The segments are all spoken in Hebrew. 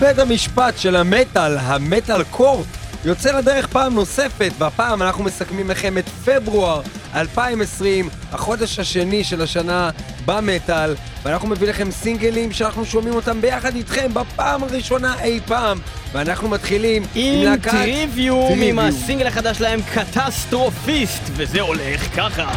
בית המשפט של המטל, המטל קורט, יוצא לדרך פעם נוספת, והפעם אנחנו מסכמים לכם את פברואר 2020, החודש השני של השנה במטל, ואנחנו מביא לכם סינגלים שאנחנו שומעים אותם ביחד איתכם בפעם הראשונה אי פעם, ואנחנו מתחילים עם להקת טריוויום, עם הסינגל החדש שלהם קטסטרופיסט, וזה הולך ככה.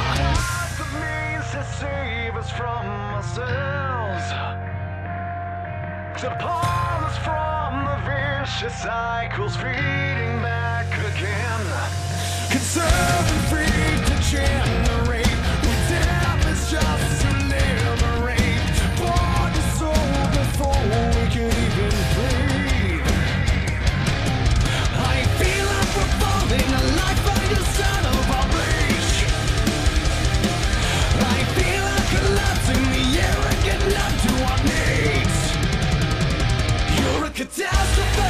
To pull us from the vicious cycles feeding back again. Conserve and free to generate. With death is just to liberate. Pour the soul before we can even breathe. I feel like we're falling a life by the son of our bleach. I feel like collapsing the air and get left to our knees. You're a catastrophe.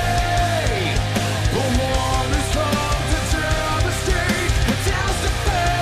The one is come to devastate. Catastrophe.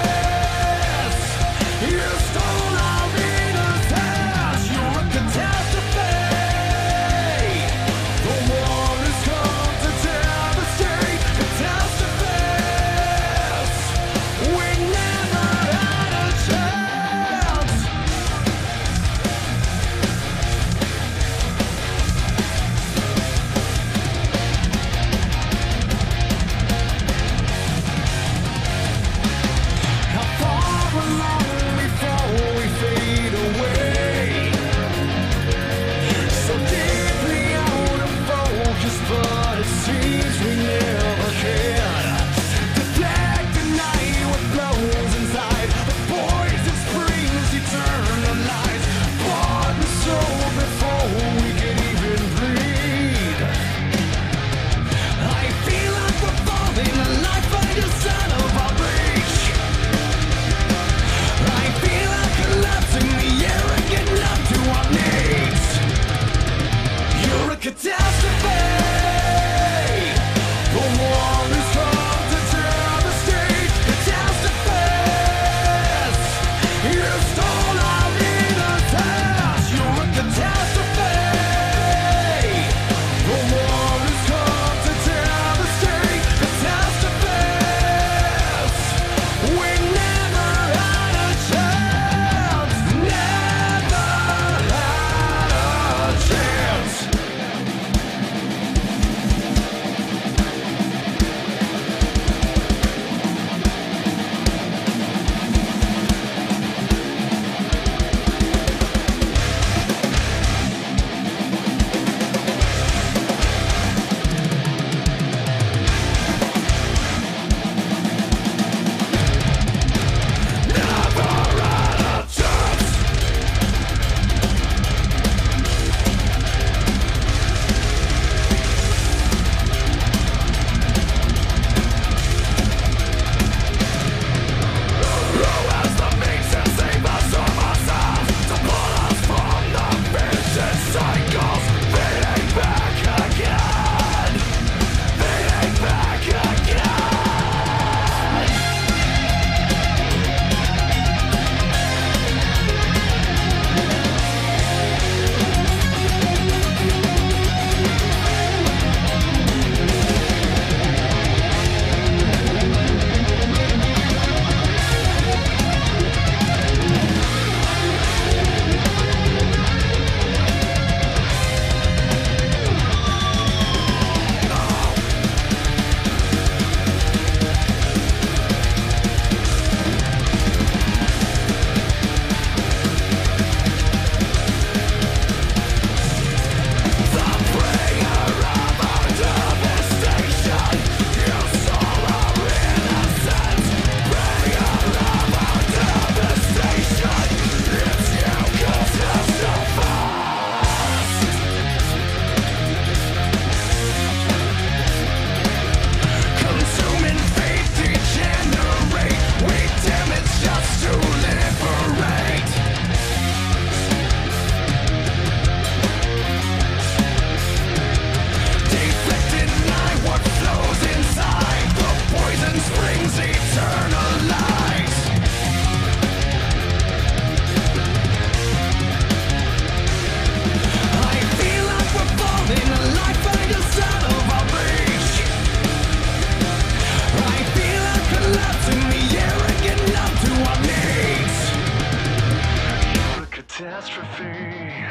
catastrophe.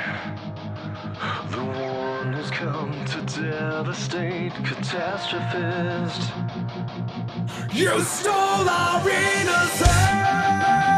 The one who's come to devastate, catastrophist. You stole our innocence.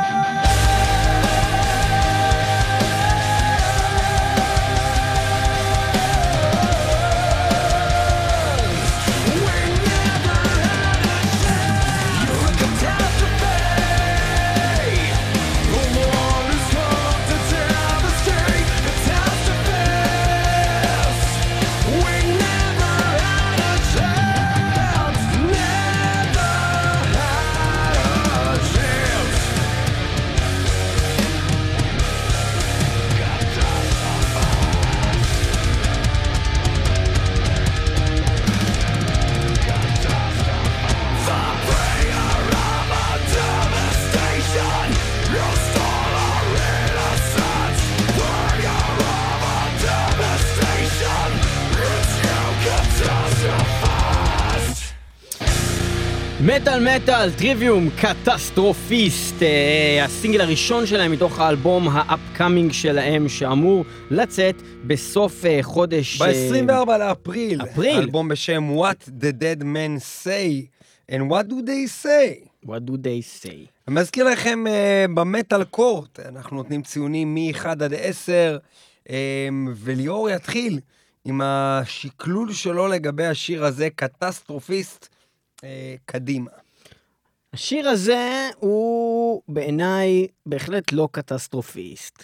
מטל, טריוויום, קטסטרופיסט, הסינגל הראשון שלהם מתוך האלבום האפקאמינג שלהם שאמור לצאת בסוף חודש... ב-24 לאפריל, אלבום בשם What the Dead Men Say, and what do they say? What do they say? אני מזכיר לכם במטל קורט, אנחנו נותנים ציונים מ-1 עד 10, וליאור יתחיל עם השקלול שלו לגבי השיר הזה, קטסטרופיסט, קדימה. השיר הזה הוא בעיניי בהחלט לא קטסטרופיסט.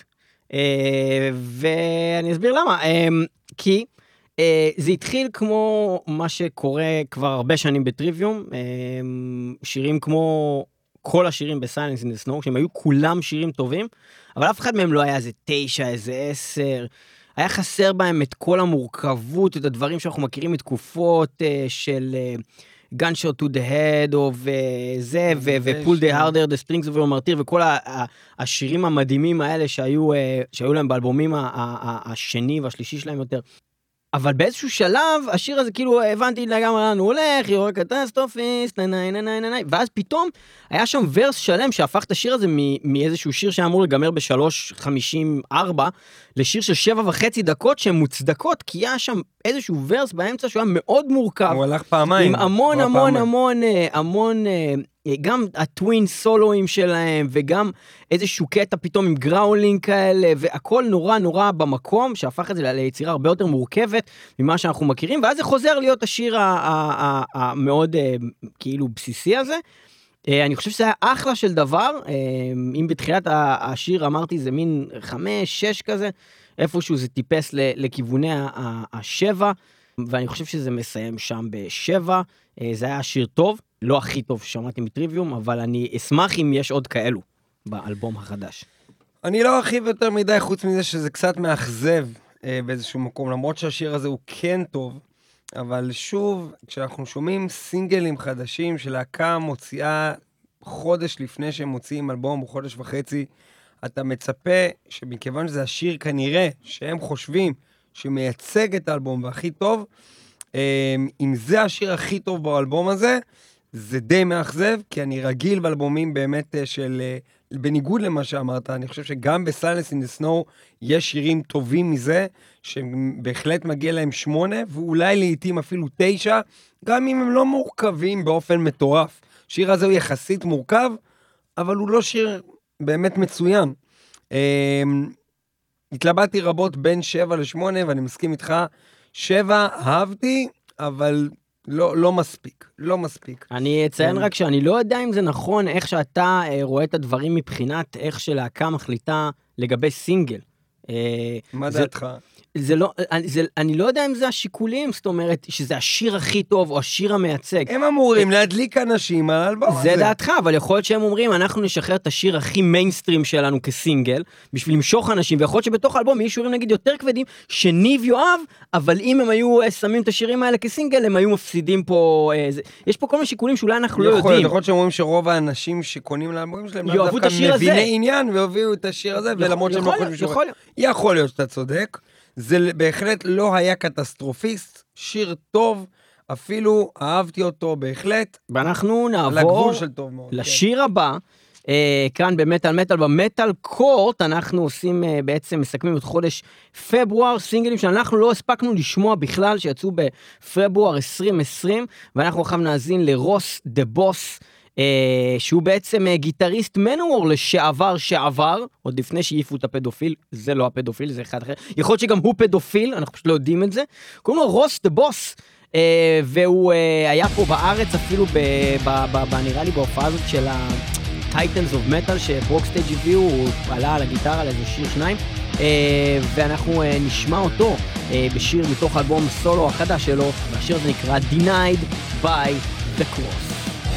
ואני אסביר למה. כי זה התחיל כמו מה שקורה כבר הרבה שנים בטריוויום, שירים כמו כל השירים ב-Silence in the Snow, שהם היו כולם שירים טובים, אבל אף אחד מהם לא היה איזה 9, איזה 10, היה חסר בהם את כל המורכבות, את הדברים שאנחנו מכירים מתקופות של... Gunshot to the head, או זה, ו-Pull the harder, the strings of your martyr, וכל השירים המדהימים האלה שהיו להם באלבומים השני והשלישי שלהם יותר. אבל באיזשהו שלב, השיר הזה כאילו הבנתי לגמרי לאן הוא הולך, יורא קטסטרופיסט, ואז פתאום היה שם ורס שלם שהפך את השיר הזה מאיזשהו שיר שאמור לגמר ב-3:54, לשיר של 7.5 דקות שהן מוצדקות, כי היה שם איזשהו ורס באמצע שהוא היה מאוד מורכב. הוא הלך פעמיים. עם המון, גם הטווין סולואים שלהם, וגם איזשהו קטע פתאום עם גראולינג כאלה, והכל נורא במקום, שהפך את זה ליצירה הרבה יותר מורכבת ממה שאנחנו מכירים, ואז זה חוזר להיות השיר המאוד כאילו בסיסי הזה. אני חושב שזה היה אחלה של דבר, אם בתחילת השיר אמרתי זה מין 5-6 כזה, איפשהו זה טיפס לכיווני 7, ואני חושב שזה מסיים שם ב7, זה היה שיר טוב, לא הכי טוב ששמעתי מטריוויום, אבל אני אשמח אם יש עוד כאלו באלבום החדש. אני לא ארחיב יותר מדי חוץ מזה שזה קצת מאכזב באיזשהו מקום, למרות שהשיר הזה הוא כן טוב, אבל שוב, כשאנחנו שומעים סינגלים חדשים שלהקה מוציאה חודש לפני שהם מוציאים אלבום, או חודש וחצי, אתה מצפה שמכיוון שזה השיר כנראה שהם חושבים שמייצג את האלבום והכי טוב, אם זה השיר הכי טוב באלבום הזה, זה די מאכזב, כי אני רגיל באלבומים באמת של, בניגוד למה שאמרת, אני חושב שגם ב-Silence in the Snow יש שירים טובים מזה, שבהחלט מגיע להם 8, ואולי לעתים אפילו 9, גם אם הם לא מורכבים באופן מטורף. השיר הזה הוא יחסית מורכב, אבל הוא לא שיר באמת מצוין. התלבטתי רבות בין 7 ל-8, ואני מסכים איתך, 7 אהבתי, אבל לא מספיק, לא מספיק. אני אציין רק שאני לא יודע אם זה נכון, איך שאתה רואה את הדברים מבחינת איך שלהקה מחליטה לגבי סינגל. מה דעתך? אני לא יודע אם זה השיקולים, זאת אומרת, שזה השיר הכי טוב, או השיר המייצג. הם אמורים להדליק אנשים על האלבום הזה. זה דעתך, אבל יכול להיות שהם אומרים, אנחנו נשחרר את השיר הכי מיינסטרים שלנו כסינגל, בשביל למשוך אנשים, ויכול להיות שבתוך האלבום יהיו שירים נגיד יותר כבדים, שניב יואב, אבל אם הם היו שמים את השירים האלה כסינגל, הם היו מפסידים פה, יש פה כל מיני שיקולים שאולי אנחנו לא יודעים. יכול להיות שהם אומרים שרוב האנשים שקונים לאלבומים שלהם, יאהבו את השיר הזה. מביני עניין, והביאו את השיר הזה, ולמרות שהם לא חושבים יכול להיות שאתה צודק. זה בהחלט לא היה קטסטרופיסט, שיר טוב, אפילו אהבתי אותו בהחלט. ואנחנו נעבור של טוב מאוד, לשיר הבא, כאן במטל, במטל קורט אנחנו עושים בעצם, מסכמים את חודש פברואר, סינגלים שאנחנו לא הספקנו לשמוע בכלל, שיצאו בפברואר 2020, ואנחנו עכשיו נאזין לרוס דה בוס, שהוא בעצם גיטריסט מנוור שעבר, עוד לפני שהעיפו את הפדופיל, זה לא הפדופיל, זה אחד אחר, יכול להיות שגם הוא פדופיל, אנחנו פשוט לא יודעים את זה, קוראים לו רוס דה בוס, והוא היה פה בארץ אפילו, נראה לי בהופעה הזאת של ה-Titans of Metal, שברוקסטייג' הביאו, הוא עלה על הגיטרה לאיזה שיר שניים, ואנחנו נשמע אותו בשיר מתוך אלבום סולו החדש שלו, והשיר הזה נקרא Denied by the Cross.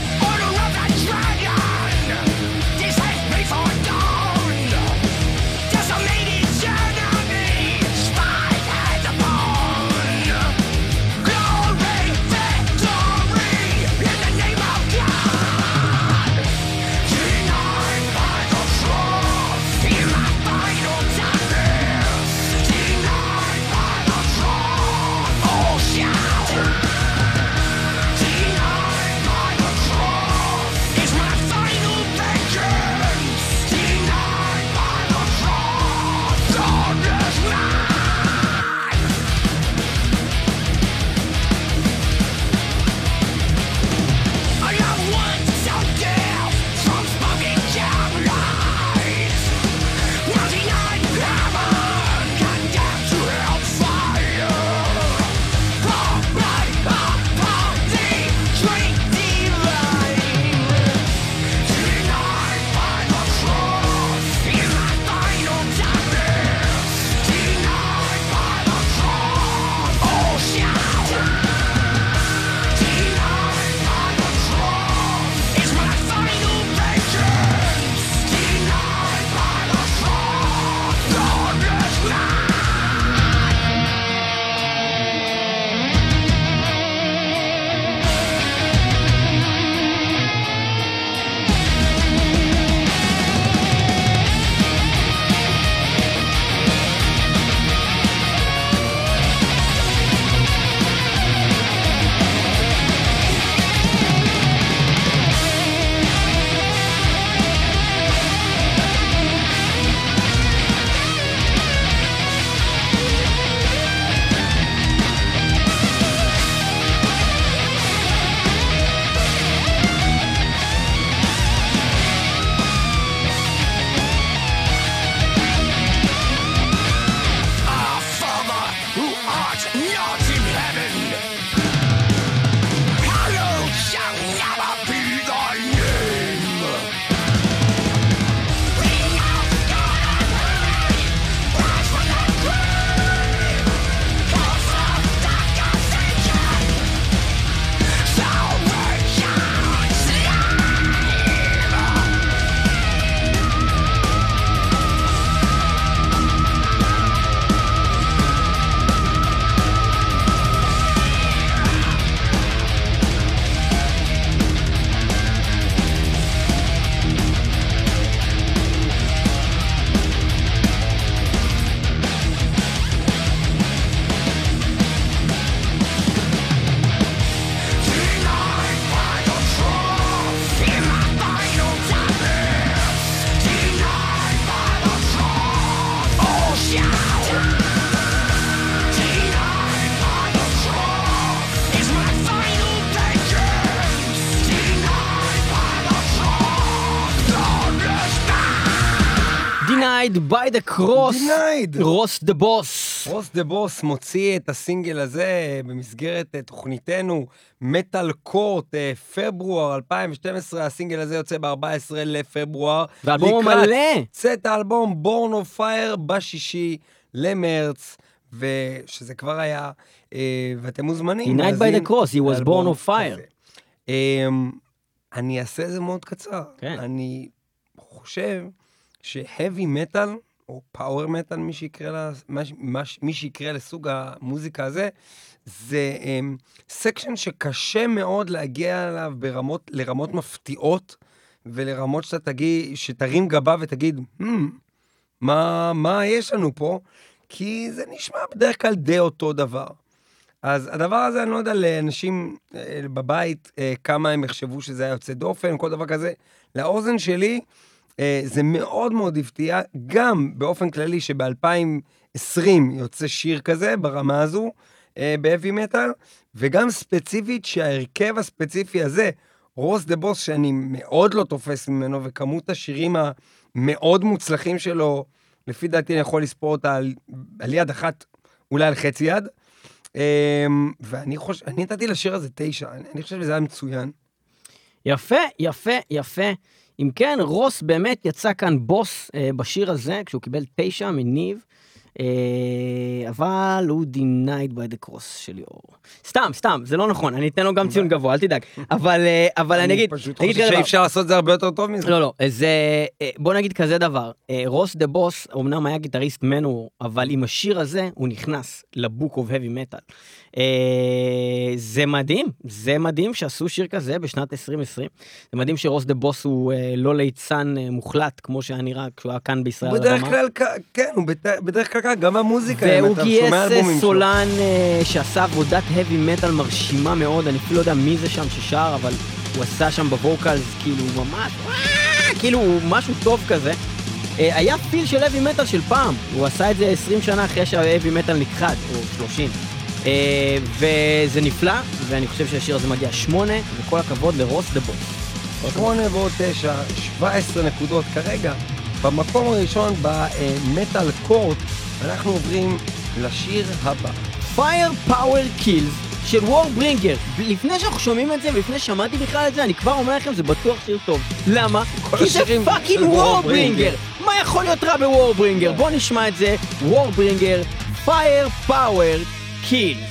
by the cross, רוס דה בוס. רוס דה בוס מוציא את הסינגל הזה במסגרת תוכניתנו מטל קורט, פברואר 2012, הסינגל הזה יוצא ב-14 לפברואר. והאלבום המלא. צאת האלבום Born of Fire בשישי למרץ, ושזה כבר היה, ואתם מוזמנים. Denied by the cross, he was born of fire. אני אעשה את זה מאוד קצר. כן. אני חושב שהאבי מטל, או פאוור מטל, מי שיקרא לסוג המוזיקה הזה, זה סקשן שקשה מאוד להגיע אליו לרמות מפתיעות, ולרמות שתרים גבה ותגיד, מה יש לנו פה? כי זה נשמע בדרך כלל די אותו דבר. אז הדבר הזה, אני לא יודע לאנשים בבית, כמה הם יחשבו שזה היה יוצא דופן, כל דבר כזה. לאוזן שלי, זה מאוד מאוד הפתיע, גם באופן כללי שב-2020 יוצא שיר כזה, ברמה הזו, בהאבי מטל, וגם ספציפית שההרכב הספציפי הזה, רוס דה בוס, שאני מאוד לא תופס ממנו, וכמות השירים המאוד מוצלחים שלו, לפי דעתי אני יכול לספור אותה על יד אחת, אולי על חצי יד, ואני נתתי לשיר הזה 9, אני חושב שזה היה מצוין. יפה, יפה, יפה. אם כן, רוס באמת יצא כאן בוס בשיר הזה, כשהוא קיבל 9 מניב, אבל הוא denied by the cross של ליאור. סתם, זה לא נכון, אני אתן לו גם ציון גבוה, אל תדאג. אבל אני אגיד... אני פשוט חושב שאפשר לעשות את זה הרבה יותר טוב מזה. לא, בוא נגיד כזה דבר, רוס דה בוס, אמנם היה גיטריסט מנור, אבל עם השיר הזה הוא נכנס לבוק אוף heavy metal. זה מדהים שעשו שיר כזה בשנת 2020, זה מדהים שרוס דה בוס הוא לא ליצן מוחלט, כמו שהיה נראה כשהוא היה כאן בישראל. בדרך כלל, כן, הוא בדרך כלל גם המוזיקה, והוא גייס סולן שעשה עבודת heavy metal מרשימה מאוד, אני אפילו לא יודע מי זה שם ששר, אבל הוא עשה שם בווקלס, כאילו ממש, כאילו משהו טוב כזה. היה פיל של heavy metal של פעם, הוא עשה את זה 20 שנה אחרי שה-heavy metal נכחד, או 30. וזה נפלא, ואני חושב שהשיר הזה מגיע 8, וכל הכבוד לרוס דה בוס. 8 ועוד 9, 17 נקודות כרגע. במקום הראשון במטל קורט, אנחנו עוברים לשיר הבא. Fire Power Kills של וורברינגר. לפני שאנחנו שומעים את זה, ולפני ששמעתי בכלל את זה, אני כבר אומר לכם, זה בטוח שיר טוב. למה? כי זה פאקינג וורברינגר. מה יכול להיות רע בוורברינגר? בוא נשמע את זה. וורברינגר, Fire Power Kills.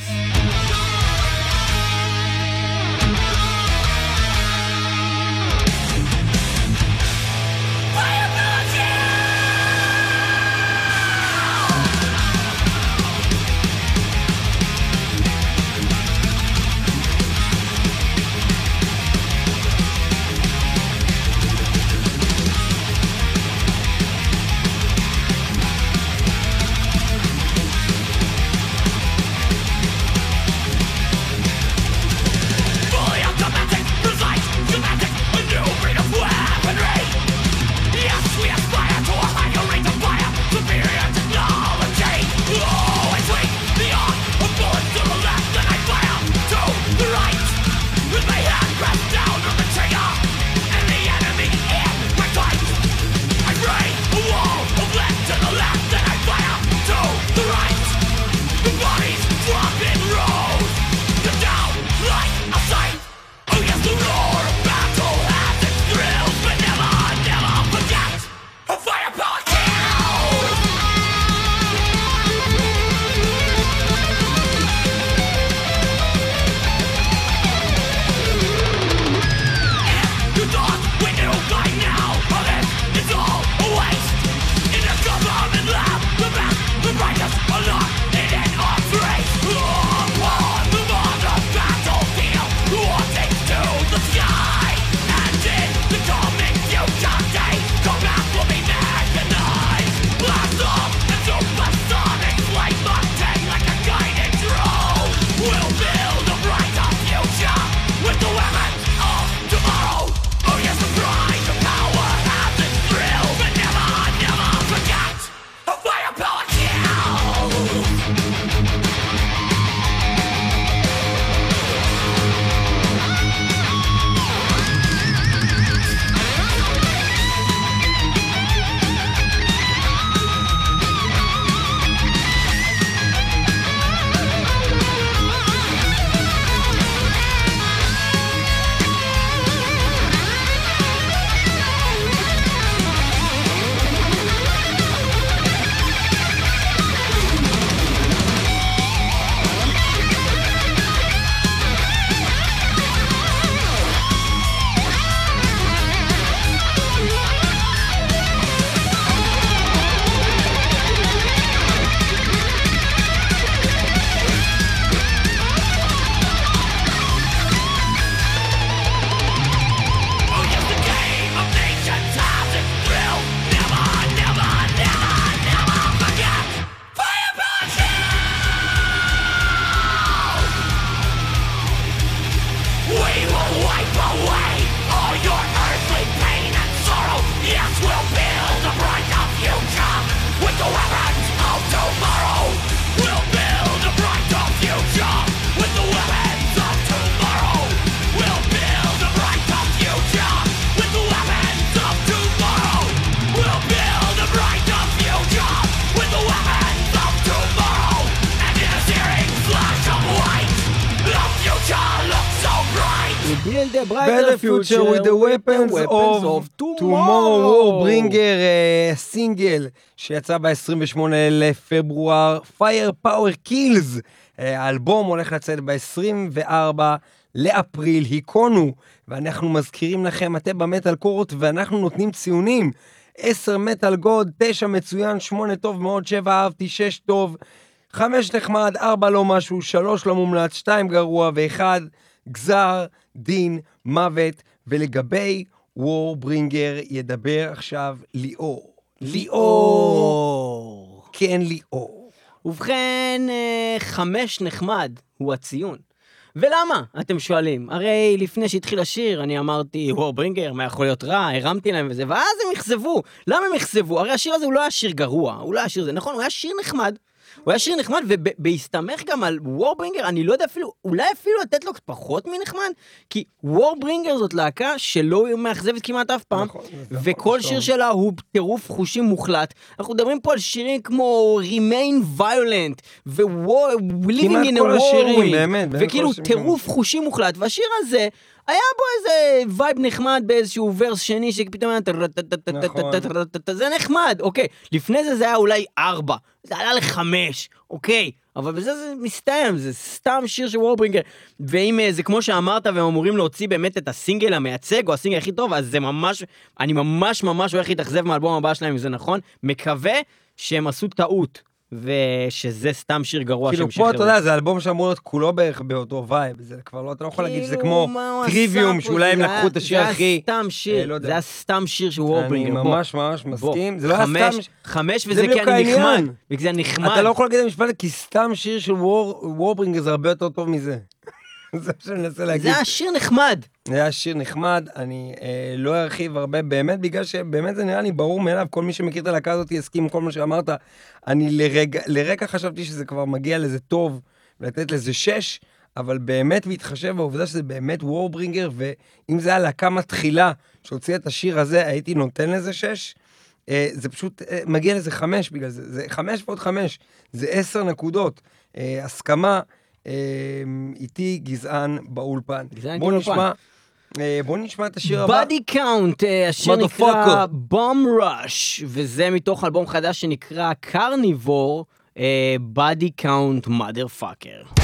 Build a Better future with the weapons of tomorrow. ברינגר סינגל שיצא ב-28 לפברואר, Firepower Kills. האלבום הולך לצאת ב-24 לאפריל, היכונו, ואנחנו מזכירים לכם, אתם במטל קורט, ואנחנו נותנים ציונים, 10 מטל גוד, 9 מצוין, 8 טוב מאוד, 7 אהבתי, 6 טוב, 5 נחמד, 4 לא משהו, 3 לא מומלץ, 2 גרוע, ו1 גזר דין מוות. ולגבי וורברינגר ידבר עכשיו ליאור. ליאור. כן, ליאור. ובכן, 5 נחמד הוא הציון. ולמה? אתם שואלים. הרי לפני שהתחיל השיר, אני אמרתי, וורברינגר, מה יכול להיות רע? הרמתי להם וזה, ואז הם יחזבו. למה הם יחזבו? הרי השיר הזה הוא לא היה שיר גרוע, הוא לא היה שיר זה, נכון? הוא היה שיר נחמד. הוא היה שיר נחמד, ובהסתמך גם על וורברינגר, אני לא יודע אפילו, אולי אפילו לתת לו פחות מנחמד, כי וורברינגר זאת להקה שלא מאכזבת כמעט אף פעם, וכל שיר שלה הוא טירוף חושים מוחלט. אנחנו מדברים פה על שירים כמו Remain Violent, ו-Living in a War, וכאילו טירוף חושים מוחלט, והשיר הזה, היה בו איזה וייב נחמד באיזשהו ורס שני שפתאום היה זה נחמד, אוקיי. לפני זה היה אולי 4, זה עלה ל5, אוקיי. אבל בזה זה מסתיים, זה סתם שיר של וורברינגר. ואם זה כמו שאמרת והם אמורים להוציא באמת את הסינגל המייצג או הסינגל הכי טוב, אז זה ממש, אני ממש הולך להתאכזב מהאלבום הבא שלהם, אם זה נכון. מקווה שהם עשו טעות. ושזה סתם שיר גרוע כאילו פה אתה יודע, זה אלבום שאמור להיות כולו בערך באותו וייב, זה כבר לא, אתה לא יכול להגיד שזה כמו טריוויום, שאולי הם לקחו את השיר הכי... זה היה סתם שיר של וורברינגר. אני ממש מסכים, זה לא היה סתם... 5 וזה כי אני נחמד, וזה נחמד. אתה לא יכול להגיד המשפט, כי סתם שיר של וורברינגר זה הרבה יותר טוב מזה. זה מה שאני מנסה להגיד. זה היה שיר נחמד. זה היה שיר נחמד, אני לא ארחיב הרבה באמת, בגלל שבאמת זה נראה לי ברור מאליו, כל מי שמכיר את הלהקה הזאת יסכים עם כל מה שאמרת, אני לרגע חשבתי שזה כבר מגיע לזה טוב, ולתת לזה 6, אבל באמת מתחשב בעובדה שזה באמת וורברינגר, ואם זה היה להקה מתחילה שהוציא את השיר הזה, הייתי נותן לזה 6, זה פשוט מגיע לזה 5 בגלל זה, זה 5 ועוד 5, זה 10 נקודות, הסכמה, איתי גזען באולפן. בוא נשמע את השיר הבא. Body Count, השיר נקרא Bomb Rush, וזה מתוך אלבום חדש שנקרא Carnivore, Body Count Motherfucker.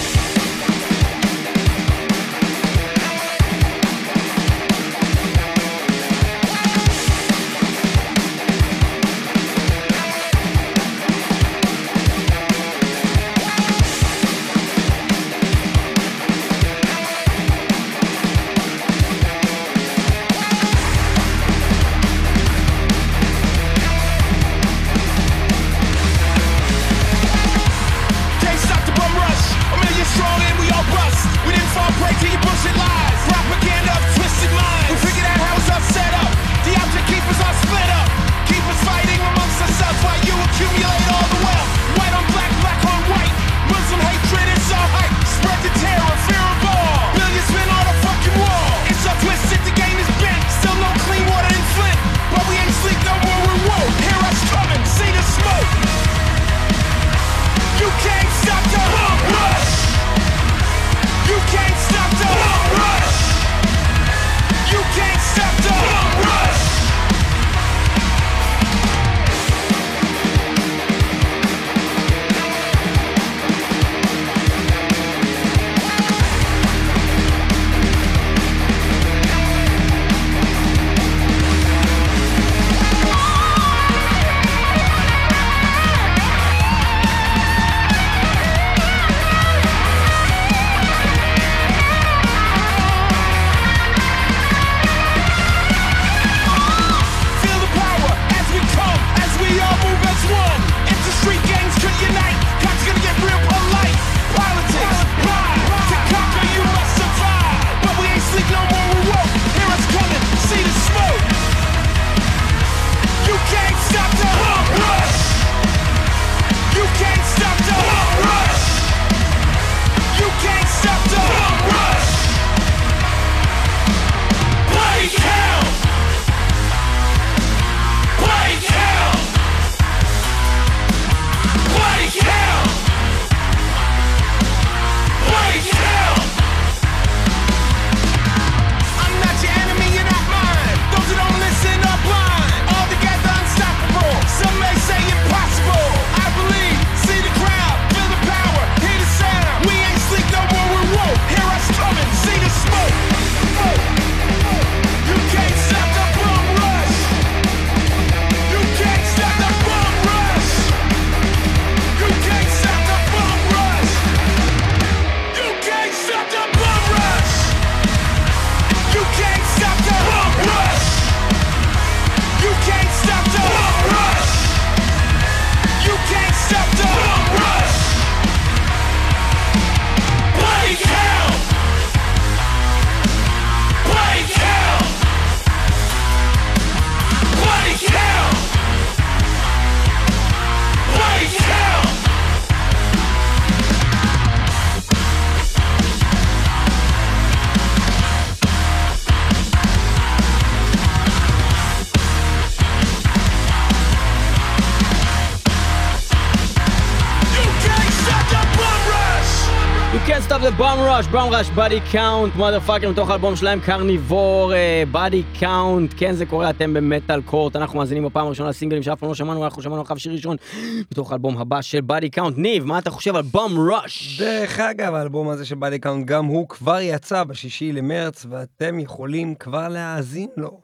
You can't stop the bomb rush, body count, motherfucker, מתוך האלבום שלהם, קרניבור, body count, כן זה קורה, אתם במטל קורט, אנחנו מאזינים בפעם הראשונה לסינגלים שאף פעם לא שמענו, אנחנו שמענו עכשיו שיר ראשון, מתוך האלבום הבא של body count. ניב, מה אתה חושב על bomb rush? דרך אגב, האלבום הזה של body count, גם הוא כבר יצא ב6 למרץ, ואתם יכולים כבר להאזין לו.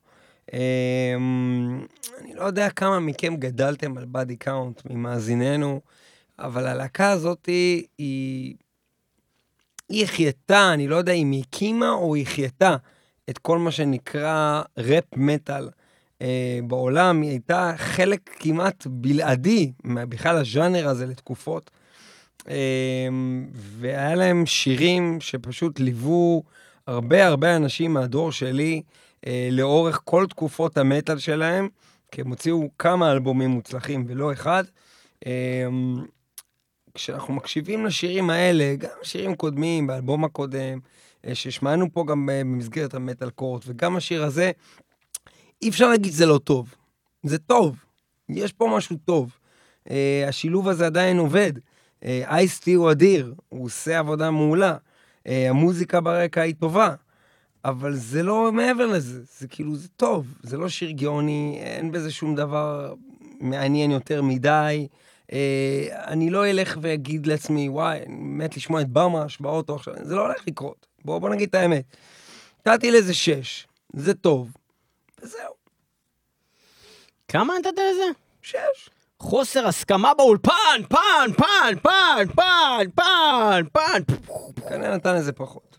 אני לא יודע כמה מכם גדלתם על body count ממאזיננו, אבל הלהקה הזאת היא החייתה, אני לא יודע אם היא הקימה או היא החייתה את כל מה שנקרא ראפ מטל בעולם. היא הייתה חלק כמעט בלעדי בכלל הז'אנר הזה לתקופות, והיה להם שירים שפשוט ליוו הרבה אנשים מהדור שלי לאורך כל תקופות המטל שלהם, כי הם הוציאו כמה אלבומים מוצלחים ולא אחד. כשאנחנו מקשיבים לשירים האלה, גם שירים קודמים, באלבום הקודם, ששמענו פה גם במסגרת המטל קורט, וגם השיר הזה, אי אפשר להגיד זה לא טוב. זה טוב. יש פה משהו טוב. השילוב הזה עדיין עובד. אייס-טי הוא אדיר, הוא עושה עבודה מעולה. המוזיקה ברקע היא טובה. אבל זה לא מעבר לזה. זה כאילו, זה טוב. זה לא שיר גאוני, אין בזה שום דבר מעניין יותר מדי. אני לא אלך ואגיד לעצמי, וואי, אני מת לשמוע את במרש באוטו עכשיו, זה לא הולך לקרות. בוא נגיד את האמת. נתתי לזה 6, זה טוב, וזהו. כמה נתת לזה? 6. חוסר הסכמה באולפן, פן. כנראה נתן לזה פחות.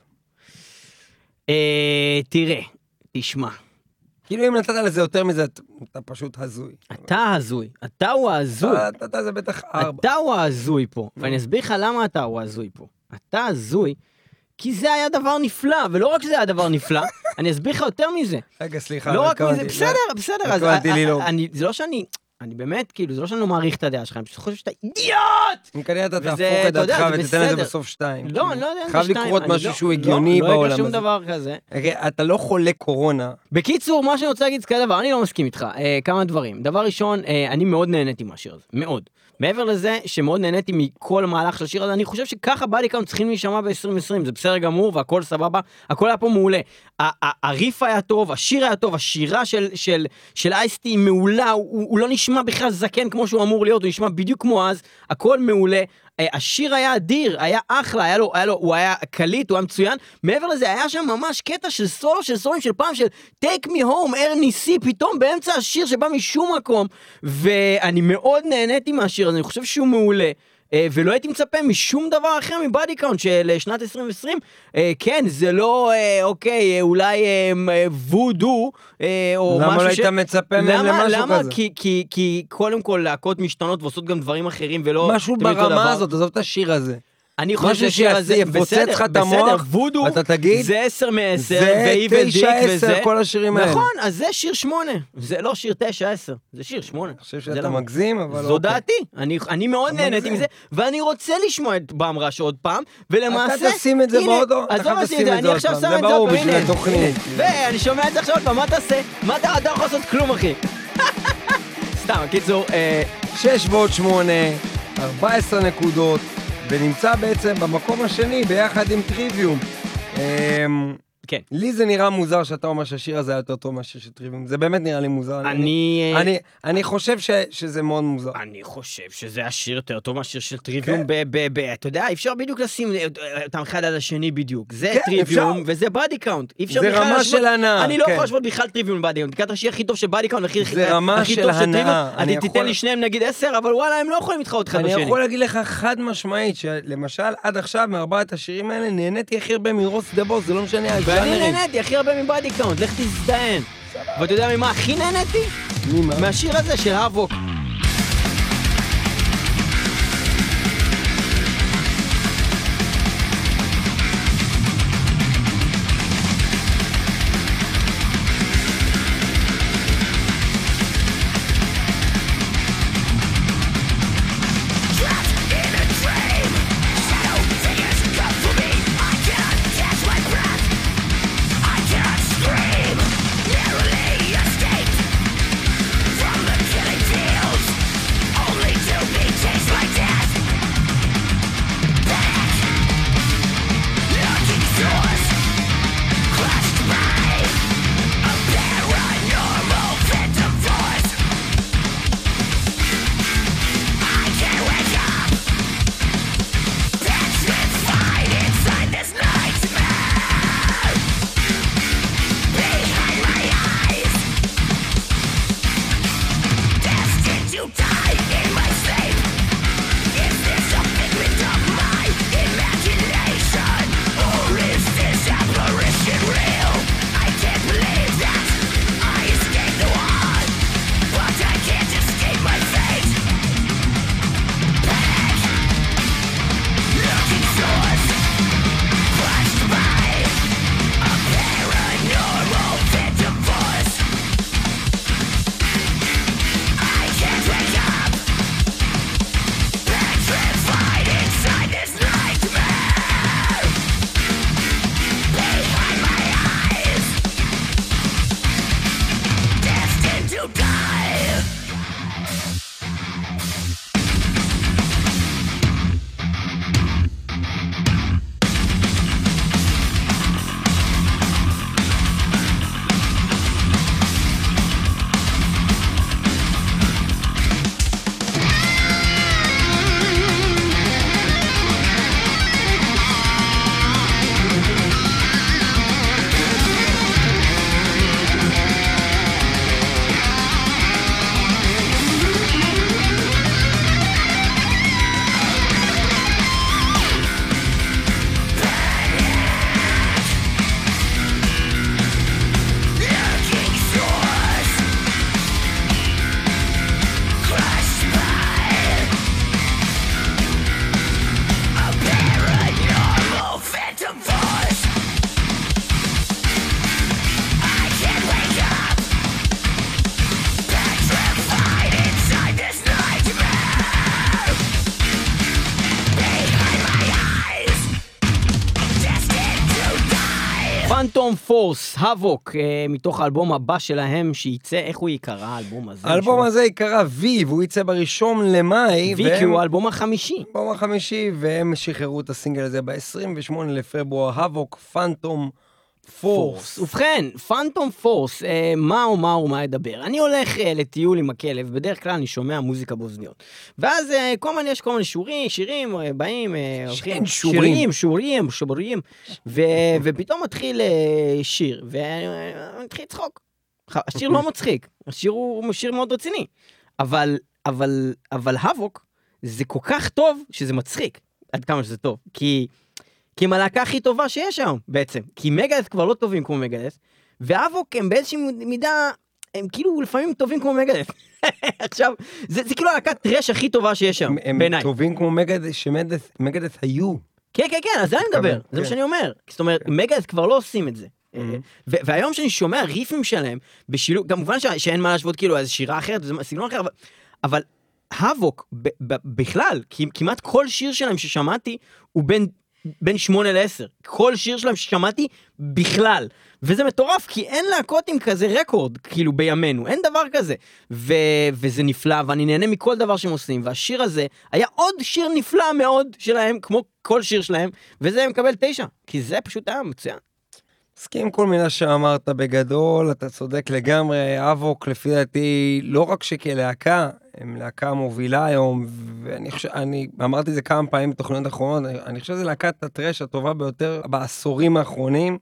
תראה, תשמע. כאילו אם נתת לזה יותר מזה, אתה פשוט הזוי. אתה הזוי, אתה הוא ההזוי. אתה זה בטח 4. אתה הוא ההזוי פה, ואני אסביר לך למה אתה הוא ההזוי פה. אתה הזוי, כי זה היה דבר נפלא, ולא רק שזה היה דבר נפלא, אני אסביר לך יותר מזה. רגע, סליחה. לא רק מזה, בסדר. זה לא שאני, אני באמת, כאילו, זה לא שאני לא מעריך את הדעה שלך, אני פשוט חושב שאתה אידיוט! אם כנראה אתה תהפוך את דעתך ותתן לזה בסוף 2. לא, אני לא יודע אם זה 2. חייב לקרות משהו שהוא הגיוני בעולם הזה. לא יהיה שום דבר כזה. אתה לא חולה קורונה. בקיצור, מה שאני רוצה להגיד זה כזה דבר, אני לא מסכים איתך. כמה דברים. דבר ראשון, אני מאוד נהניתי מהשיר הזה. מאוד. מעבר לזה שמאוד נהניתי מכל המהלך של השיר הזה, אני חושב שככה בדי קאונט צריכים להישמע ב-2020, זה בסדר גמור והכל סבבה, הכל היה פה מעולה. הריף היה טוב, השיר היה טוב, השירה של אייסטי מעולה, הוא לא נשמע בכלל זקן כמו שהוא אמור להיות, הוא נשמע בדיוק כמו אז, הכל מעולה. השיר היה אדיר, היה אחלה, הוא היה קליט, הוא היה מצוין. מעבר לזה, היה שם ממש קטע של סולים של פעם, של Take me home, ארני סי, פתאום באמצע השיר שבא משום מקום, ואני מאוד נהניתי מהשיר הזה, אני חושב שהוא מעולה. ולא הייתי מצפה משום דבר אחר מבאדי קאונט של שנת 2020. כן, זה לא, אוקיי, אולי וודו, או משהו למה לא היית מצפה למשהו כזה? כי קודם כל להקות משתנות ועושות גם דברים אחרים, ולא... משהו ברמה הזאת, עזוב את השיר הזה. אני חושב שיפוצץ לך את המוח, וודו, אתה תגיד, זה 10/10, זה 9/10, כל השירים האלה. נכון, אז זה שיר 8, זה לא שיר 9/10, זה שיר 8. אני חושב שאתה מגזים, אבל אוקיי. זו דעתי, אני מאוד נהניתי מזה, ואני רוצה לשמוע את במרש עוד פעם, ולמעשה... אתה תשים את זה באודו, אתה תשים את זה עוד פעם, זה ברור בשביל התוכנית. ואני שומע את זה עכשיו עוד פעם, מה תעשה? מה אתה יכול לעשות? כלום, אחי. סתם, קיצור, 6 ועוד 8, 14 נקודות, ונמצא בעצם במקום השני ביחד עם טריוויום. כן. לי זה נראה מוזר שאתה אומר שהשיר הזה היה יותר טוב מהשיר של טריוויום. זה באמת נראה לי מוזר. אני חושב שזה מאוד מוזר. אני חושב שזה השיר יותר טוב מהשיר של טריוויום. אתה יודע, אפשר בדיוק לשים אותם אחד על השני בדיוק. זה טריוויום וזה בדי קאונט. זה רמה של הנאה. אני לא יכול להשוות בכלל טריוויום ובדי קאונט. תקרא את השיר הכי טוב של בדי קאונט והכי טוב של טריוויום. אני תיתן לי שניהם נגיד 10, אבל וואלה, הם לא יכולים להתחרות אחד בשני. אני יכול להגיד לך חד משמעית שלמשל עד עכשיו מארבעת השירים האלה נהניתי הכי הרבה מרוס דה בוס, זה לא משנה. ואני נהניתי הכי הרבה מבאדי קאונט, לך תזדהן. ואתה יודע ממה הכי נהניתי? מהשיר הזה של האבוק. From the killing deal פנטום פורס, הבוק, מתוך האלבום הבא שלהם שייצא, איך הוא יקרא האלבום הזה? האלבום הזה יקרא וי, והוא יצא בראשון למאי. וי, כי הוא האלבום החמישי. האלבום החמישי, והם שחררו את הסינגל הזה ב-28 לפברואר, הבוק, פנטום פורס. ובכן, פנטום פורס, מה ידבר? אני הולך לטיול עם הכלב, בדרך כלל אני שומע מוזיקה באוזניות. ואז יש כל מיני שירים, באים, שורים, ופתאום מתחיל שיר, ואני מתחיל לצחוק. השיר לא מצחיק, השיר הוא שיר מאוד רציני. אבל הבוק, זה כל כך טוב שזה מצחיק, עד כמה שזה טוב, כי הם הלהקה הכי טובה שיש היום, בעצם. כי מגדס כבר לא טובים כמו מגדס, והאבוק הם באיזושהי מידה, הם כאילו לפעמים טובים כמו מגדס. עכשיו, זה כאילו הלהקת טרש הכי טובה שיש היום, בעיניי. הם טובים כמו מגדס, שמגדס היו. כן, אז זה אני מדבר, זה מה שאני אומר. זאת אומרת, מגדס כבר לא עושים את זה. והיום שאני שומע ריפים שלהם, בשילוב, כמובן שאין מה להשוות כאילו איזו שירה אחרת, זה סגנון אחר, אבל האבוק, בכלל, כמעט כל שיר שלהם ששמעתי, הוא בין 8 ל-10. כל שיר שלהם ששמעתי בכלל. וזה מטורף, כי אין להקות עם כזה רקורד, כאילו בימינו. אין דבר כזה. וזה נפלא, ואני נהנה מכל דבר שהם עושים. והשיר הזה היה עוד שיר נפלא מאוד שלהם, כמו כל שיר שלהם, וזה מקבל 9. כי זה פשוט היה מצוין. מסכים כל מילה שאמרת בגדול, אתה צודק לגמרי, אבוק לפי דעתי, לא רק שכלהקה, הם להקה מובילה היום, ואני אמרתי זה כמה פעמים בתוכניות האחרונות, אני חושב שזה להקת הטרש הטובה ביותר בעשורים האחרונים,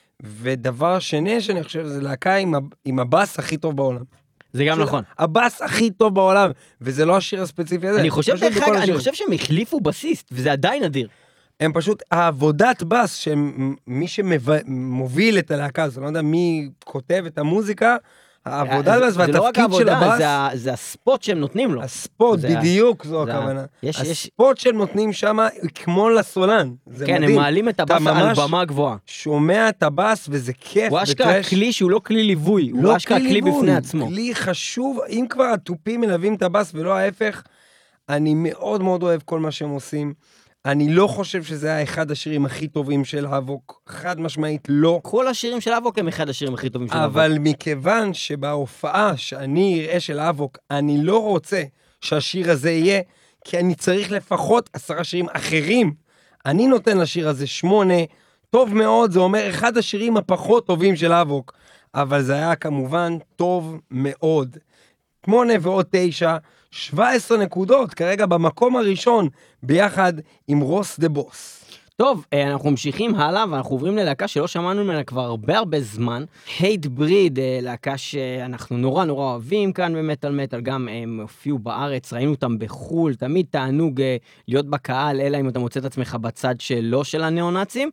ודבר שני שאני חושב זה להקה עם הבאס הכי טוב בעולם. זה גם נכון. הבאס הכי טוב בעולם, וזה לא השיר הספציפי הזה. אני חושב שהם החליפו בסיסט, וזה עדיין אדיר. הם פשוט, העבודת בס, שמי שמוביל את הלהקה, זה לא יודע מי כותב את המוזיקה, העבודת בס והתפקיד של הבס, זה הספוט שהם נותנים לו. הספוט, בדיוק זו הכוונה. הספוט שהם נותנים שם, כמו לסולן. כן, הם מעלים את הבס על במה גבוהה. שומע את הבס וזה כיף. הוא אשכרה כלי שהוא לא כלי ליווי, הוא אשכרה כלי בפני עצמו. כלי חשוב, אם כבר הטופים מלווים את הבס ולא ההפך, אני מאוד מאוד אוהב כל מה שהם עושים. אני לא חושב שזה היה אחד השירים הכי טובים של אבוק, חד משמעית לא. כל השירים של אבוק הם אחד השירים הכי טובים של אבוק. אבל מכיוון שבהופעה שאני אראה של אבוק, אני לא רוצה שהשיר הזה יהיה, כי אני צריך לפחות 10 שירים אחרים. אני נותן לשיר הזה 8, טוב מאוד, זה אומר אחד השירים הפחות טובים של אבוק, אבל זה היה כמובן טוב מאוד. 8 ועוד 9, 17 נקודות, כרגע במקום הראשון, ביחד עם רוס דה בוס. טוב, אנחנו ממשיכים הלאה, ואנחנו עוברים ללהקה שלא שמענו ממנה כבר הרבה זמן. הייט בריד, להקה שאנחנו נורא אוהבים כאן במטל, גם הם הופיעו בארץ, ראינו אותם בחול, תמיד תענוג להיות בקהל, אלא אם אתה מוצא את עצמך בצד שלא של הניאו-נאצים.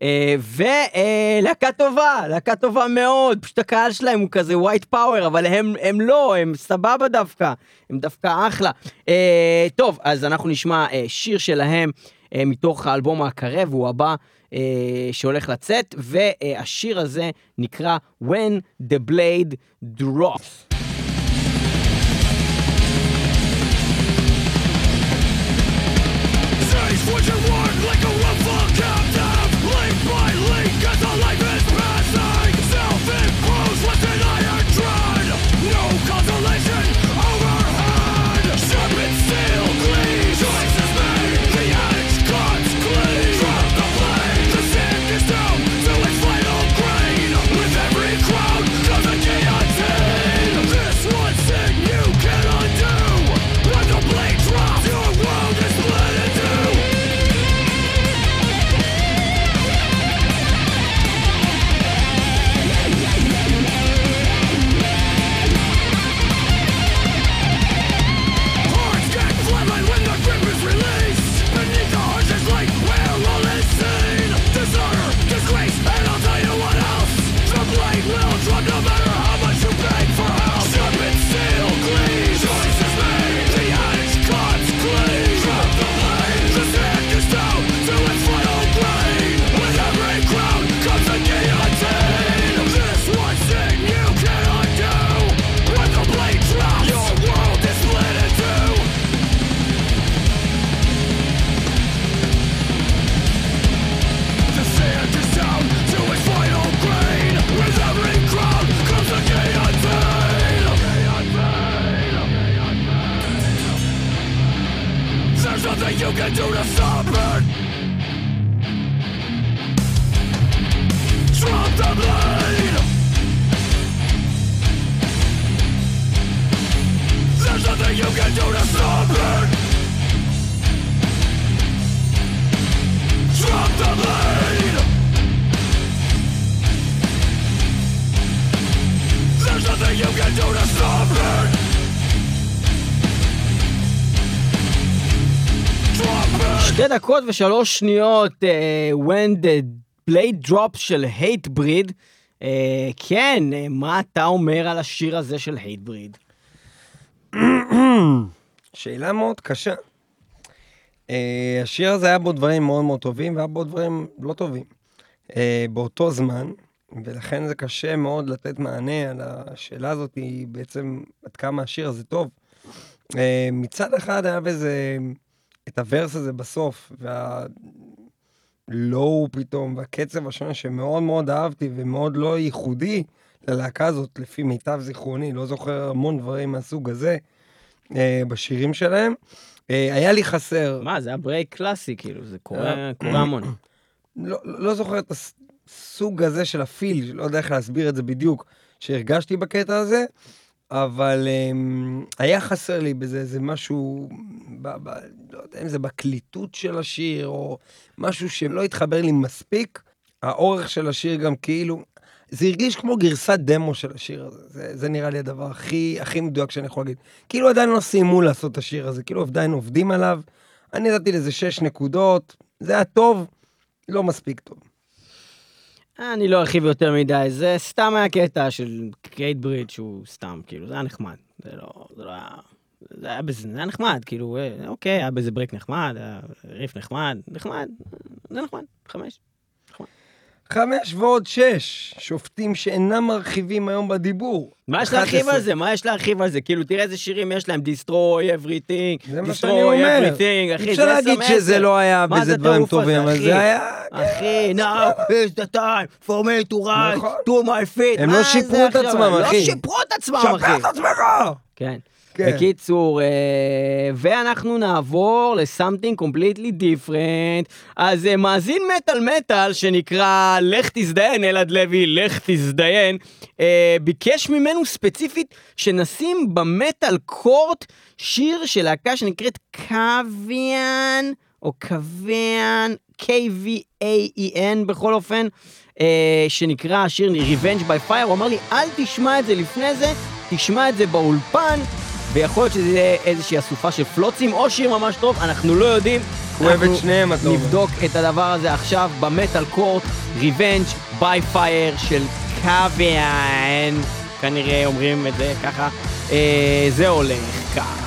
ולהקה טובה מאוד, פשוט הקהל שלהם הוא כזה ווייט פאוור, אבל הם לא, הם סבבה דווקא, הם דווקא אחלה. טוב, אז אנחנו נשמע שיר שלהם מתוך האלבום הקרב, הוא הבא שהולך לצאת, והשיר הזה נקרא When the Blade Drops. With every crowd, cause a guillotine. you can do to stop it. Drop the blade. There's nothing you can do to stop it. Drop the blade. There's nothing you can do to stop it. Drop it. 2 דקות ו3 שניות, when the blade drops של Hatebreed. כן, מה אתה אומר על השיר הזה של Hatebreed? שאלה מאוד קשה. השיר הזה היה בו דברים מאוד מאוד טובים, והיה בו דברים לא טובים. באותו זמן, ולכן זה קשה מאוד לתת מענה על השאלה הזאת, היא בעצם עד כמה השיר הזה טוב. מצד אחד היה בזה, את הוורס הזה בסוף, והלואו פתאום, והקצב השונה שמאוד מאוד אהבתי, ומאוד לא ייחודי ללהקה הזאת, לפי מיטב זיכרוני, לא זוכר המון דברים מהסוג הזה, בשירים שלהם. היה לי חסר. מה, זה היה ברייק קלאסי, כאילו, זה קורה המון. לא זוכר את הסוג הזה של הפיל, לא יודע איך להסביר את זה בדיוק, שהרגשתי בקטע הזה, אבל היה חסר לי בזה, זה משהו, לא יודע אם זה בקליטות של השיר, או משהו שלא התחבר לי מספיק. האורך של השיר גם כאילו, זה הרגיש כמו גרסת דמו של השיר הזה, זה נראה לי הדבר הכי מדויק שאני יכול להגיד. כאילו עדיין לא סיימו לעשות את השיר הזה, כאילו עדיין עובדים עליו, אני נתתי לזה 6 נקודות, זה היה טוב, לא מספיק טוב. אני לא ארחיב יותר מדי, זה סתם היה קטע של Hatebreed שהוא סתם, כאילו, זה היה נחמד, זה לא היה, זה היה נחמד, כאילו, אוקיי, היה בזה ברייק נחמד, היה ריף נחמד, זה נחמד, 5. 5 ועוד 6, שופטים שאינם מרחיבים היום בדיבור. מה יש להרחיב על זה? מה יש להרחיב על זה? כאילו, תראה איזה שירים יש להם, Destroy Everything, זה מה שאני אומר. אפשר להגיד שזה לא היה בזה דברים טובים, אבל זה היה... אחי, now is the time for me to rise to my feet. הם לא שיפרו את עצמם, אחי. לא שיפרו את עצמם, אחי. שפר את עצמך! כן. בקיצור, ואנחנו נעבור ל-something completely different. אז מאזין מטל שנקרא לך תזדיין, אלעד לוי, לך תזדיין, ביקש ממנו ספציפית שנשים במטל קורט שיר של להקה שנקראת קוויאן, או קוויאן, K-V-A-E-N בכל אופן, שנקרא השיר Revenge by Fire. הוא אמר לי, אל תשמע את זה לפני זה, תשמע את זה באולפן, ויכול להיות שזה יהיה איזושהי אסופה של פלוצים, או שיר ממש טוב, אנחנו לא יודעים. אוהב את שניהם, את לא אומרת. נבדוק את הדבר הזה עכשיו במטל קורט, Revenge by Fire של קוויאן, כנראה אומרים את זה ככה, זה הולך כך.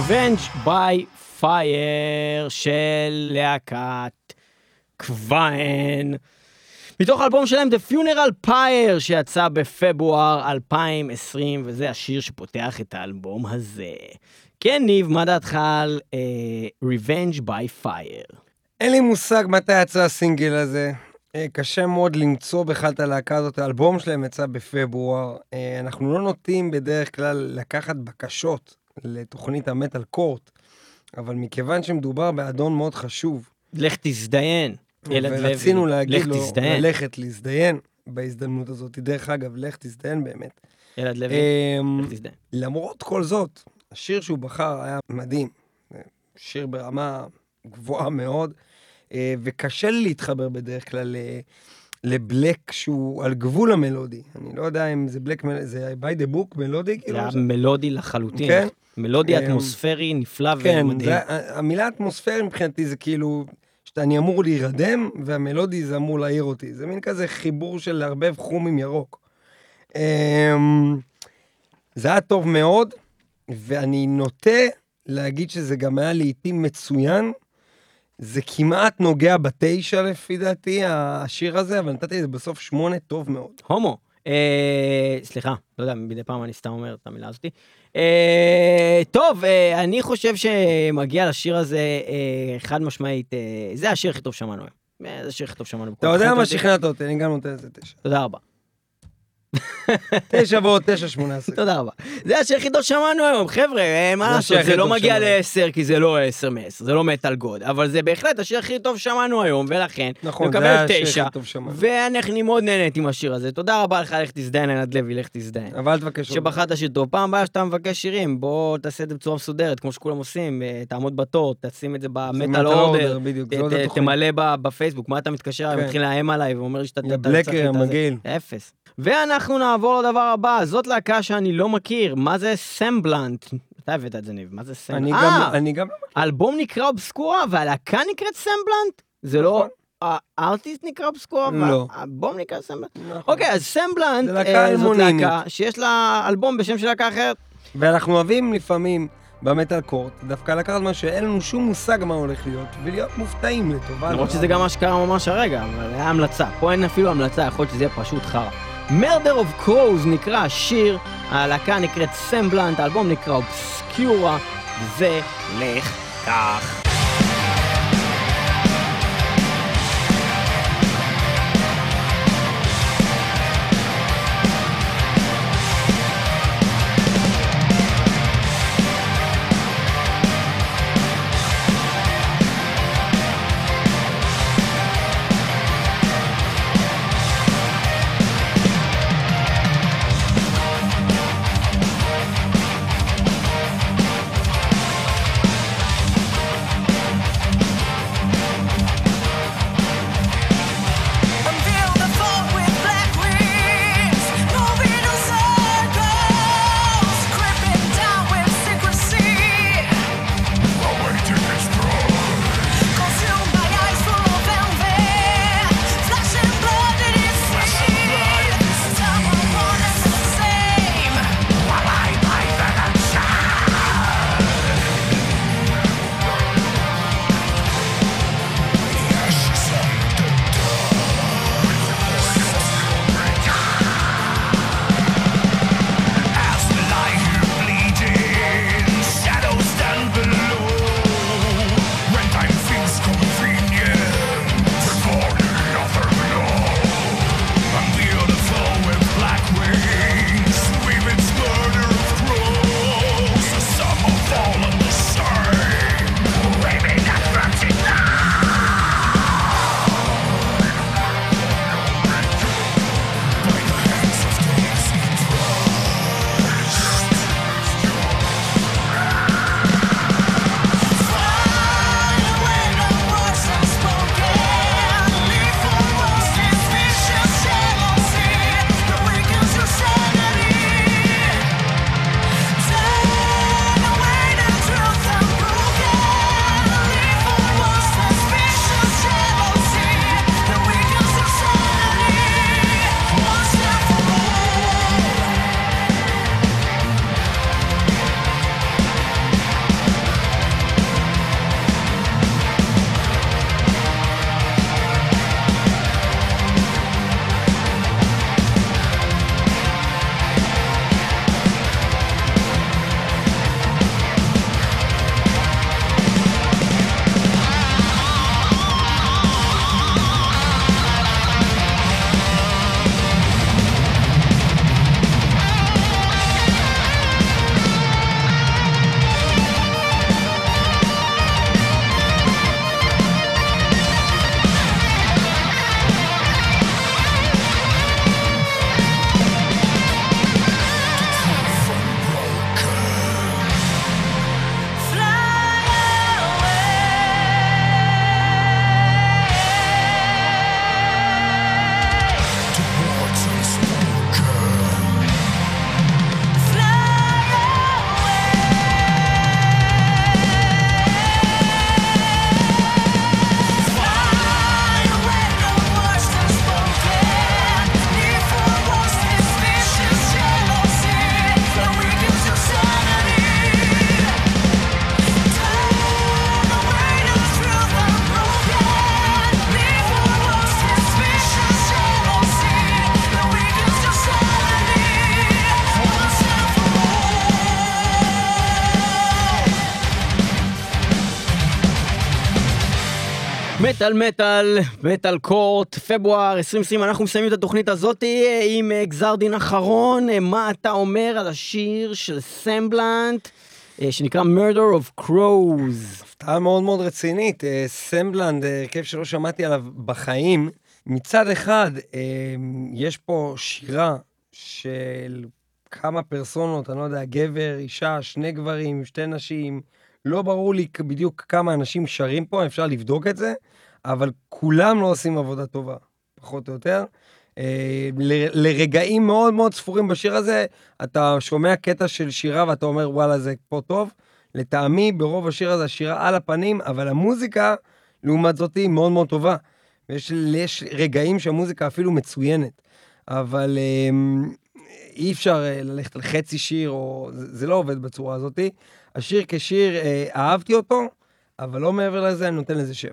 Revenge by Fire של להקת קוואן. מתוך האלבום שלהם The Funeral Pyre שיצא בפברואר 2020, וזה השיר שפותח את האלבום הזה. כן, ניב, מה דעתך על Revenge by Fire? אין לי מושג מתי יצא הסינגל הזה. קשה מאוד למצוא בכלל את הלהקה הזאת. האלבום שלהם יצא בפברואר. אנחנו לא נוטים בדרך כלל לקחת בקשות לתוכנית המטל קורט, אבל מכיוון שמדובר באדון מאוד חשוב, לך תזדיין, ילד לוי. ורצינו להגיד לך לו תזדיין. ללכת להזדיין בהזדמנות הזאת. דרך אגב, לך תזדיין באמת. ילד לוי, לך תזדיין. למרות כל זאת, השיר שהוא בחר היה מדהים. שיר ברמה גבוהה מאוד, וקשה לי להתחבר בדרך כלל לבלק שהוא על גבול המלודי. אני לא יודע אם זה בלק, זה by the book מלודי? זה היה מלודי לחלוטין. כן. מלודי אטמוספרי נפלא ומדהים. כן, המילה אטמוספרי מבחינתי זה כאילו, שאני אמור להירדם, והמלודי זה אמור להעיר אותי. זה מין כזה חיבור של לערבב חום עם ירוק. זה היה טוב מאוד, ואני נוטה להגיד שזה גם היה לעתים מצוין. זה כמעט נוגע ב9 לפי דעתי, השיר הזה, אבל נתתי את זה בסוף 8, טוב מאוד. הומו. סליחה, לא יודע, מדי פעם אני סתם אומר את המילה הזאת. טוב, אני חושב שמגיע לשיר הזה חד משמעית, זה השיר הכי טוב שמענו. זה השיר הכי טוב שמענו. אתה יודע מה שכנעת אותי, אני גם נותן את זה 9. תודה רבה. 9 ועוד 9, 18. תודה רבה. זה השיר הכי טוב שמענו היום, חבר'ה, מה לעשות, הכי זה לא טוב מגיע שמענו. ל10, כי זה לא 10 מ-10, זה לא מטל גוד, אבל זה בהחלט השיר הכי טוב שמענו היום, ולכן, נכון, נקבל זה היה 9, השיר הכי טוב שמענו. ואני מאוד נהנית עם השיר הזה. תודה רבה לך, לך תזדיין, ילד לוי, לך תזדיין. אבל אל תבקש עוד. שבחרת שיר טוב. פעם הבאה שאתה מבקש שירים, בוא תעשה את זה בצורה מסודרת, כמו שכולם עושים, תעמוד בתור, תשים את זה במטל אורדר, בדיוק, זה עוד התוכנית. תמלא בפייסבוק, מה אתה מתקשר, כן. מתחיל לאיים עליי, ואומר לי שאתה יא בלקר, המגעיל. אפס. ואנחנו נעבור לדבר הבא, זאת להקה שאני לא מכיר, מה זה סמבלנט? אתה הבאת את זה ניב, מה זה סמבלנט? אני גם לא מכיר. האלבום נקרא אובסקורה, והלהקה נקראת סמבלנט? זה לא... הארטיסט נקרא אובסקורה, לא. והאלבום נקרא סמבלנט? נכון. אוקיי, אז סמבלנט זה להקה זאת אלמונינית. להקה שיש לה אלבום בשם של להקה אחרת. ואנחנו אוהבים לפעמים במטל קורט, דווקא לקחת מה שאין לנו שום מושג מה הולך להיות, ולהיות מופתעים לטובה. למרות שזה גם מה שקרה ממש הרגע, אבל היה המלצה. פה אין אפילו המלצה, יכול להיות שזה יהיה פשוט חרא. Murder of Crows נקרא השיר, הלהקה נקראת סמבלנט, האלבום נקרא אובסקיורה, זה לך כך. מטל קורט, פברואר 2020, אנחנו מסיימים את התוכנית הזאת עם גזר דין אחרון. מה אתה אומר על השיר של סמבלנט שנקרא Murder of Crows? הפתעה מאוד מאוד רצינית. סמבלנט, הרכב שלא שמעתי עליו בחיים. מצד אחד, יש פה שירה של כמה פרסונות, אני לא יודע, גבר, אישה, 2 גברים, 2 נשים, לא ברור לי בדיוק כמה אנשים שרים פה, אפשר לבדוק את זה, אבל כולם לא עושים עבודה טובה, פחות או יותר. לרגעים מאוד מאוד ספורים בשיר הזה, אתה שומע קטע של שירה ואתה אומר, וואלה, זה פה טוב. לטעמי, ברוב השיר הזה, השירה על הפנים, אבל המוזיקה, לעומת זאת, היא מאוד מאוד טובה. ויש רגעים שהמוזיקה אפילו מצוינת, אבל אי אפשר ללכת על חצי שיר, או זה לא עובד בצורה הזאת. השיר כשיר, אהבתי אותו, אבל לא מעבר לזה, אני נותן לזה 7.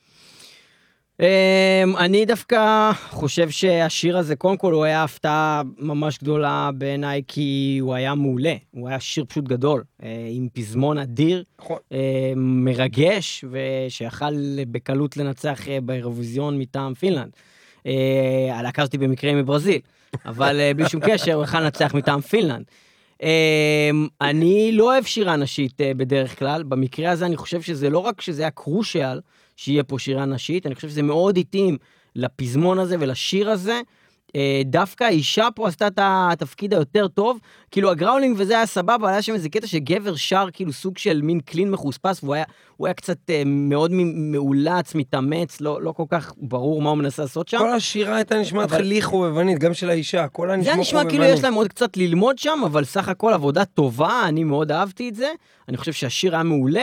אני דווקא חושב שהשיר הזה, קודם כל הוא היה הפתעה ממש גדולה בעיניי, כי הוא היה מעולה, הוא היה שיר פשוט גדול, עם פזמון אדיר, מרגש, ושיכל בקלות לנצח באירוויזיון מטעם פינלנד. הלהקה אותי במקרה מברזיל, אבל בלי שום קשר, הוא יכל לנצח מטעם פינלנד. אני לא אוהב שירה נשית בדרך כלל, במקרה הזה אני חושב שזה לא רק שזה היה קרושיאל, שיהיה פה שירה נשית, אני חושב שזה מאוד איטים לפזמון הזה ולשיר הזה, דווקא האישה פה עשתה את התפקיד היותר טוב, כאילו הגראולינג וזה היה סבבה, היה שם איזה קטע שגבר שר כאילו סוג של מין קלין מחוספס, והוא היה קצת מאוד מאולץ, מתאמץ, לא כל כך ברור מה הוא מנסה לעשות שם. כל השירה הייתה נשמעת חלי חובבנית, גם של האישה, כל הנשמע חובבנית. זה נשמע כאילו יש להם עוד קצת ללמוד שם, אבל סך הכל עבודה טובה, אני מאוד אהבתי את זה, אני חושב שהשיר היה מעולה,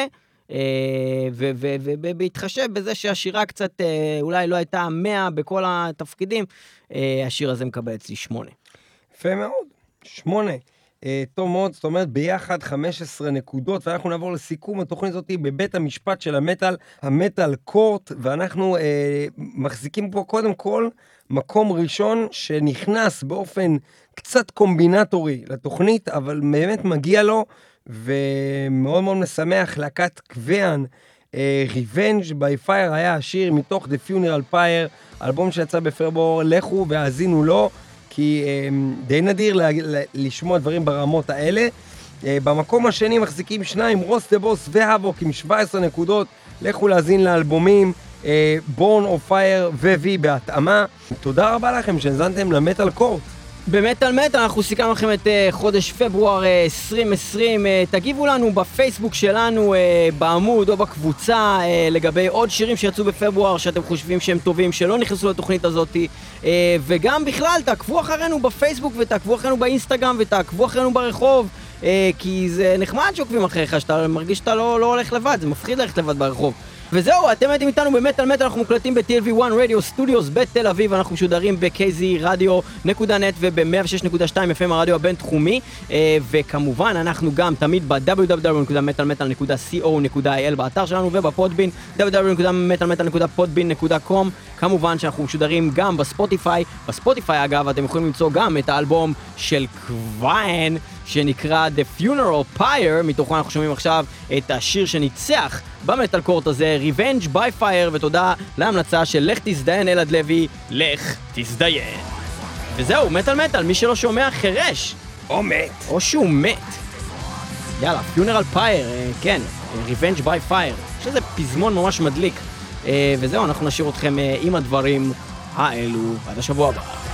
ובהתחשב בזה שהשירה קצת אולי לא הייתה 100 בכל התפקידים, השיר הזה מקבל אצלי 8. יפה מאוד, 8. טוב מאוד, זאת אומרת ביחד 15 נקודות, ואנחנו נעבור לסיכום התוכנית הזאת בבית המשפט של המטל קורט, ואנחנו מחזיקים פה קודם כל מקום ראשון שנכנס באופן קצת קומבינטורי לתוכנית, אבל באמת מגיע לו, ומאוד מאוד משמח, להקת קוויאן, Revenge by Fire היה השיר מתוך The Funeral Pyre, אלבום שיצא בפברואר, לכו והאזינו לו, כי די נדיר לשמוע דברים ברמות האלה. במקום השני מחזיקים 2, רוס דה בוס והבוק עם 17 נקודות, לכו להאזין לאלבומים, Born of Fire ו-V בהתאמה. תודה רבה לכם שהזנתם למטל קורט. במטל אנחנו סיכמנו לכם את חודש פברואר 2020, תגיבו לנו בפייסבוק שלנו, בעמוד או בקבוצה, לגבי עוד שירים שיצאו בפברואר שאתם חושבים שהם טובים, שלא נכנסו לתוכנית הזאת, וגם בכלל תעקבו אחרינו בפייסבוק ותעקבו אחרינו באינסטגרם ותעקבו אחרינו ברחוב, כי זה נחמד שעוקבים אחריך, שאתה מרגיש שאתה לא הולך לבד, זה מפחיד ללכת לבד ברחוב. וזהו, אתם הייתם איתנו במטל, אנחנו מוקלטים ב-TLV1 רדיו סטודיוס בתל אביב, אנחנו משודרים ב-KZRadio.net וב-106.2 FM הרדיו הבינתחומי, וכמובן אנחנו גם תמיד ב-www.metalmetal.co.il באתר שלנו ובפודבין www.metalmetal.podbean.com. כמובן שאנחנו משודרים גם בספוטיפיי, אגב אתם יכולים למצוא גם את האלבום של קוויאן שנקרא The Funeral Pyre, מתוכו אנחנו שומעים עכשיו את השיר שניצח במטל קורט הזה, Revenge by Fire, ותודה להמלצה של לך תזדיין אלעד לוי, לך תזדיין. וזהו, מטל, מי שלא שומע חרש. או מת. או שהוא מת. יאללה, Funeral Pyre, כן, Revenge by Fire, שזה פזמון ממש מדליק. וזהו, אנחנו נשאיר אתכם עם הדברים האלו עד השבוע הבא.